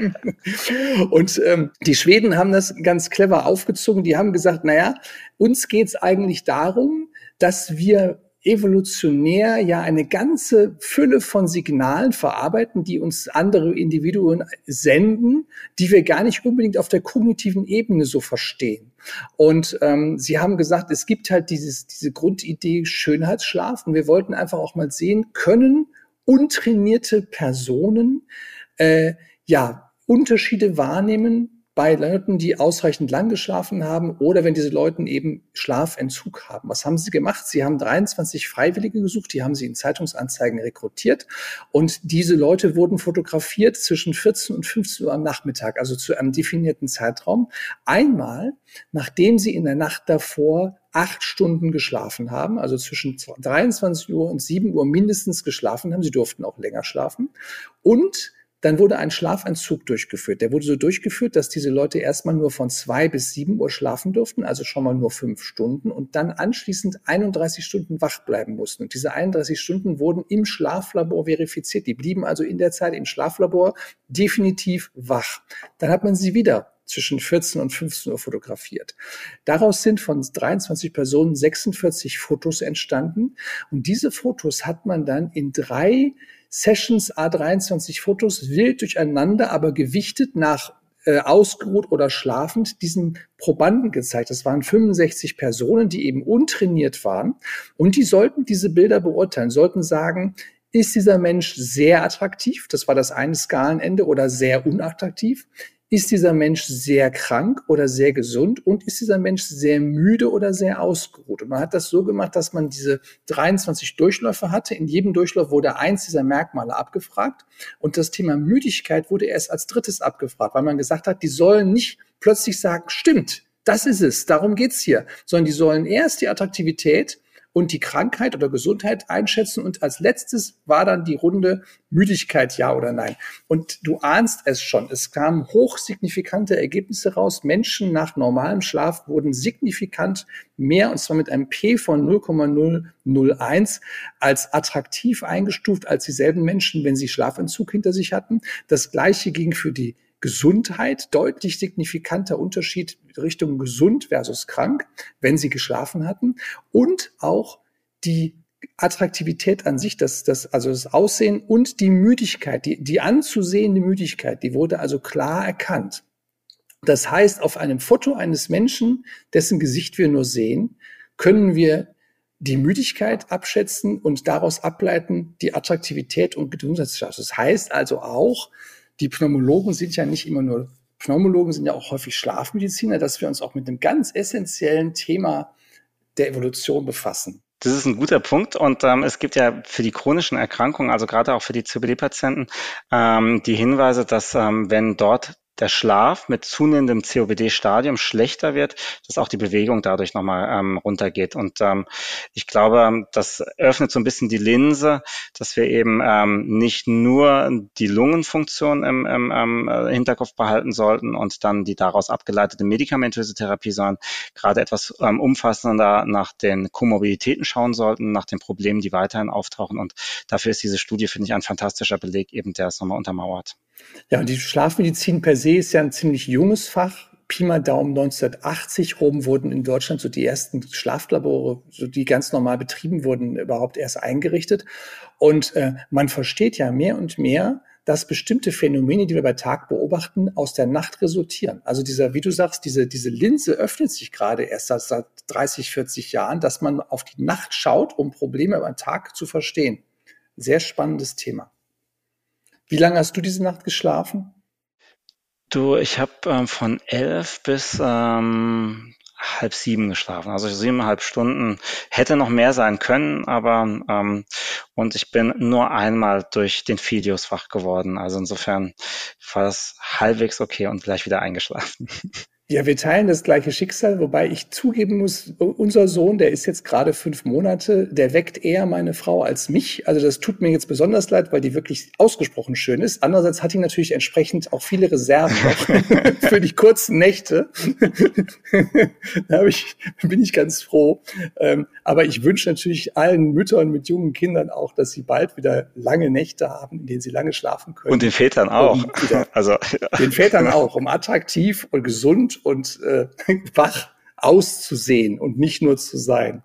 Und ähm, die Schweden haben das ganz clever aufgezogen. Die haben gesagt, naja, uns geht's eigentlich darum, dass wir evolutionär ja eine ganze Fülle von Signalen verarbeiten, die uns andere Individuen senden, die wir gar nicht unbedingt auf der kognitiven Ebene so verstehen. Und ähm, sie haben gesagt, es gibt halt dieses, diese Grundidee Schönheitsschlaf und wir wollten einfach auch mal sehen, können untrainierte Personen äh, ja Unterschiede wahrnehmen bei Leuten, die ausreichend lang geschlafen haben oder wenn diese Leute eben Schlafentzug haben. Was haben sie gemacht? Sie haben dreiundzwanzig Freiwillige gesucht, die haben sie in Zeitungsanzeigen rekrutiert und diese Leute wurden fotografiert zwischen vierzehn und fünfzehn Uhr am Nachmittag, also zu einem definierten Zeitraum. Einmal, nachdem sie in der Nacht davor acht Stunden geschlafen haben, also zwischen dreiundzwanzig Uhr und sieben Uhr mindestens geschlafen haben. Sie durften auch länger schlafen. Und dann wurde ein Schlafentzug durchgeführt. Der wurde so durchgeführt, dass diese Leute erstmal nur von zwei bis sieben Uhr schlafen durften, also schon mal nur fünf Stunden und dann anschließend einunddreißig Stunden wach bleiben mussten. Und diese einunddreißig Stunden wurden im Schlaflabor verifiziert. Die blieben also in der Zeit im Schlaflabor definitiv wach. Dann hat man sie wieder zwischen vierzehn und fünfzehn Uhr fotografiert. Daraus sind von dreiundzwanzig Personen sechsundvierzig Fotos entstanden. Und diese Fotos hat man dann in drei Sessions, a dreiundzwanzig Fotos, wild durcheinander, aber gewichtet nach äh, ausgeruht oder schlafend, diesen Probanden gezeigt. Das waren fünfundsechzig Personen, die eben untrainiert waren. Und die sollten diese Bilder beurteilen, sollten sagen, ist dieser Mensch sehr attraktiv? Das war das eine Skalenende oder sehr unattraktiv. Ist dieser Mensch sehr krank oder sehr gesund und ist dieser Mensch sehr müde oder sehr ausgeruht? Und man hat das so gemacht, dass man diese dreiundzwanzig Durchläufe hatte. In jedem Durchlauf wurde eins dieser Merkmale abgefragt und das Thema Müdigkeit wurde erst als drittes abgefragt, weil man gesagt hat, die sollen nicht plötzlich sagen, stimmt, das ist es, darum geht's hier, sondern die sollen erst die Attraktivität und die Krankheit oder Gesundheit einschätzen. Und als letztes war dann die Runde Müdigkeit, ja oder nein. Und du ahnst es schon, es kamen hochsignifikante Ergebnisse raus. Menschen nach normalem Schlaf wurden signifikant mehr, und zwar mit einem P von null Komma null null eins, als attraktiv eingestuft als dieselben Menschen, wenn sie Schlafentzug hinter sich hatten. Das Gleiche ging für die Gesundheit, deutlich signifikanter Unterschied Richtung gesund versus krank, wenn sie geschlafen hatten. Und auch die Attraktivität an sich, das, das, also das Aussehen und die Müdigkeit, die, die anzusehende Müdigkeit, die wurde also klar erkannt. Das heißt, auf einem Foto eines Menschen, dessen Gesicht wir nur sehen, können wir die Müdigkeit abschätzen und daraus ableiten die Attraktivität und Gesundheitsstatus. Das heißt also auch, die Pneumologen sind ja nicht immer nur, Pneumologen sind ja auch häufig Schlafmediziner, dass wir uns auch mit einem ganz essentiellen Thema der Evolution befassen. Das ist ein guter Punkt und ähm, es gibt ja für die chronischen Erkrankungen, also gerade auch für die C O P D-Patienten, ähm, die Hinweise, dass ähm, wenn dort der Schlaf mit zunehmendem C O P D-Stadium schlechter wird, dass auch die Bewegung dadurch nochmal ähm, runtergeht. Und ähm, ich glaube, das öffnet so ein bisschen die Linse, dass wir eben ähm, nicht nur die Lungenfunktion im, im, im Hinterkopf behalten sollten und dann die daraus abgeleitete medikamentöse Therapie, sondern gerade etwas ähm, umfassender nach den Komorbiditäten schauen sollten, nach den Problemen, die weiterhin auftauchen. Und dafür ist diese Studie, finde ich, ein fantastischer Beleg, eben der es nochmal untermauert. Ja, und die Schlafmedizin per se ist ja ein ziemlich junges Fach. Pi mal Daumen neunzehnhundertachtzig rum wurden in Deutschland so die ersten Schlaflabore, so die ganz normal betrieben wurden, überhaupt erst eingerichtet. Und äh, man versteht ja mehr und mehr, dass bestimmte Phänomene, die wir bei Tag beobachten, aus der Nacht resultieren. Also dieser, wie du sagst, diese, diese Linse öffnet sich gerade erst seit dreißig, vierzig Jahren, dass man auf die Nacht schaut, um Probleme beim Tag zu verstehen. Sehr spannendes Thema. Wie lange hast du diese Nacht geschlafen? Du, ich habe ähm, von elf bis ähm, halb sieben geschlafen. Also siebeneinhalb Stunden. Hätte noch mehr sein können, aber ähm, und ich bin nur einmal durch den Filius wach geworden. Also insofern war das halbwegs okay und gleich wieder eingeschlafen. Ja, wir teilen das gleiche Schicksal, wobei ich zugeben muss, unser Sohn, der ist jetzt gerade fünf Monate, der weckt eher meine Frau als mich. Also das tut mir jetzt besonders leid, weil die wirklich ausgesprochen schön ist. Andererseits hat die natürlich entsprechend auch viele Reserven noch für die kurzen Nächte. Da hab ich, bin ich ganz froh. Aber ich wünsche natürlich allen Müttern mit jungen Kindern auch, dass sie bald wieder lange Nächte haben, in denen sie lange schlafen können. Und den Vätern auch. Um also den Vätern auch, um attraktiv und gesund und äh, wach auszusehen und nicht nur zu sein.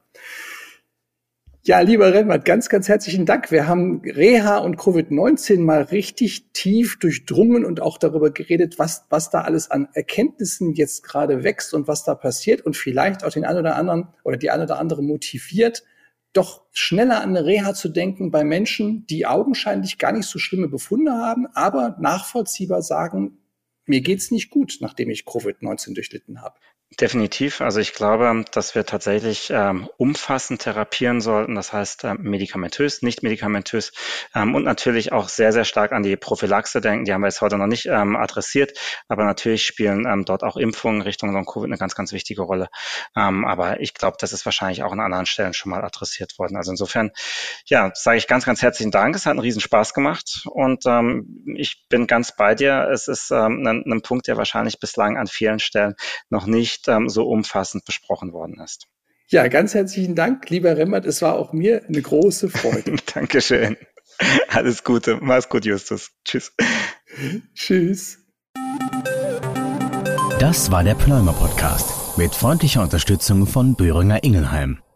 Ja, lieber Rembert, ganz, ganz herzlichen Dank. Wir haben Reha und Covid neunzehn mal richtig tief durchdrungen und auch darüber geredet, was, was da alles an Erkenntnissen jetzt gerade wächst und was da passiert und vielleicht auch den einen oder anderen oder die eine oder andere motiviert, doch schneller an eine Reha zu denken bei Menschen, die augenscheinlich gar nicht so schlimme Befunde haben, aber nachvollziehbar sagen, mir geht's nicht gut, nachdem ich Covid neunzehn durchlitten habe. Definitiv. Also ich glaube, dass wir tatsächlich ähm, umfassend therapieren sollten. Das heißt ähm, medikamentös, nicht medikamentös ähm, und natürlich auch sehr, sehr stark an die Prophylaxe denken. Die haben wir jetzt heute noch nicht ähm, adressiert, aber natürlich spielen ähm, dort auch Impfungen Richtung Long-Covid eine ganz, ganz wichtige Rolle. Ähm, aber ich glaube, das ist wahrscheinlich auch an anderen Stellen schon mal adressiert worden. Also insofern, ja, sage ich ganz, ganz herzlichen Dank. Es hat einen riesen Spaß gemacht und ähm, ich bin ganz bei dir. Es ist ähm, ein, ein Punkt, der wahrscheinlich bislang an vielen Stellen noch nicht so umfassend besprochen worden ist. Ja, ganz herzlichen Dank, lieber Rembert. Es war auch mir eine große Freude. Dankeschön. Alles Gute. Mach's gut, Justus. Tschüss. Tschüss. Das war der Pneuma-Podcast mit freundlicher Unterstützung von Boehringer Ingelheim.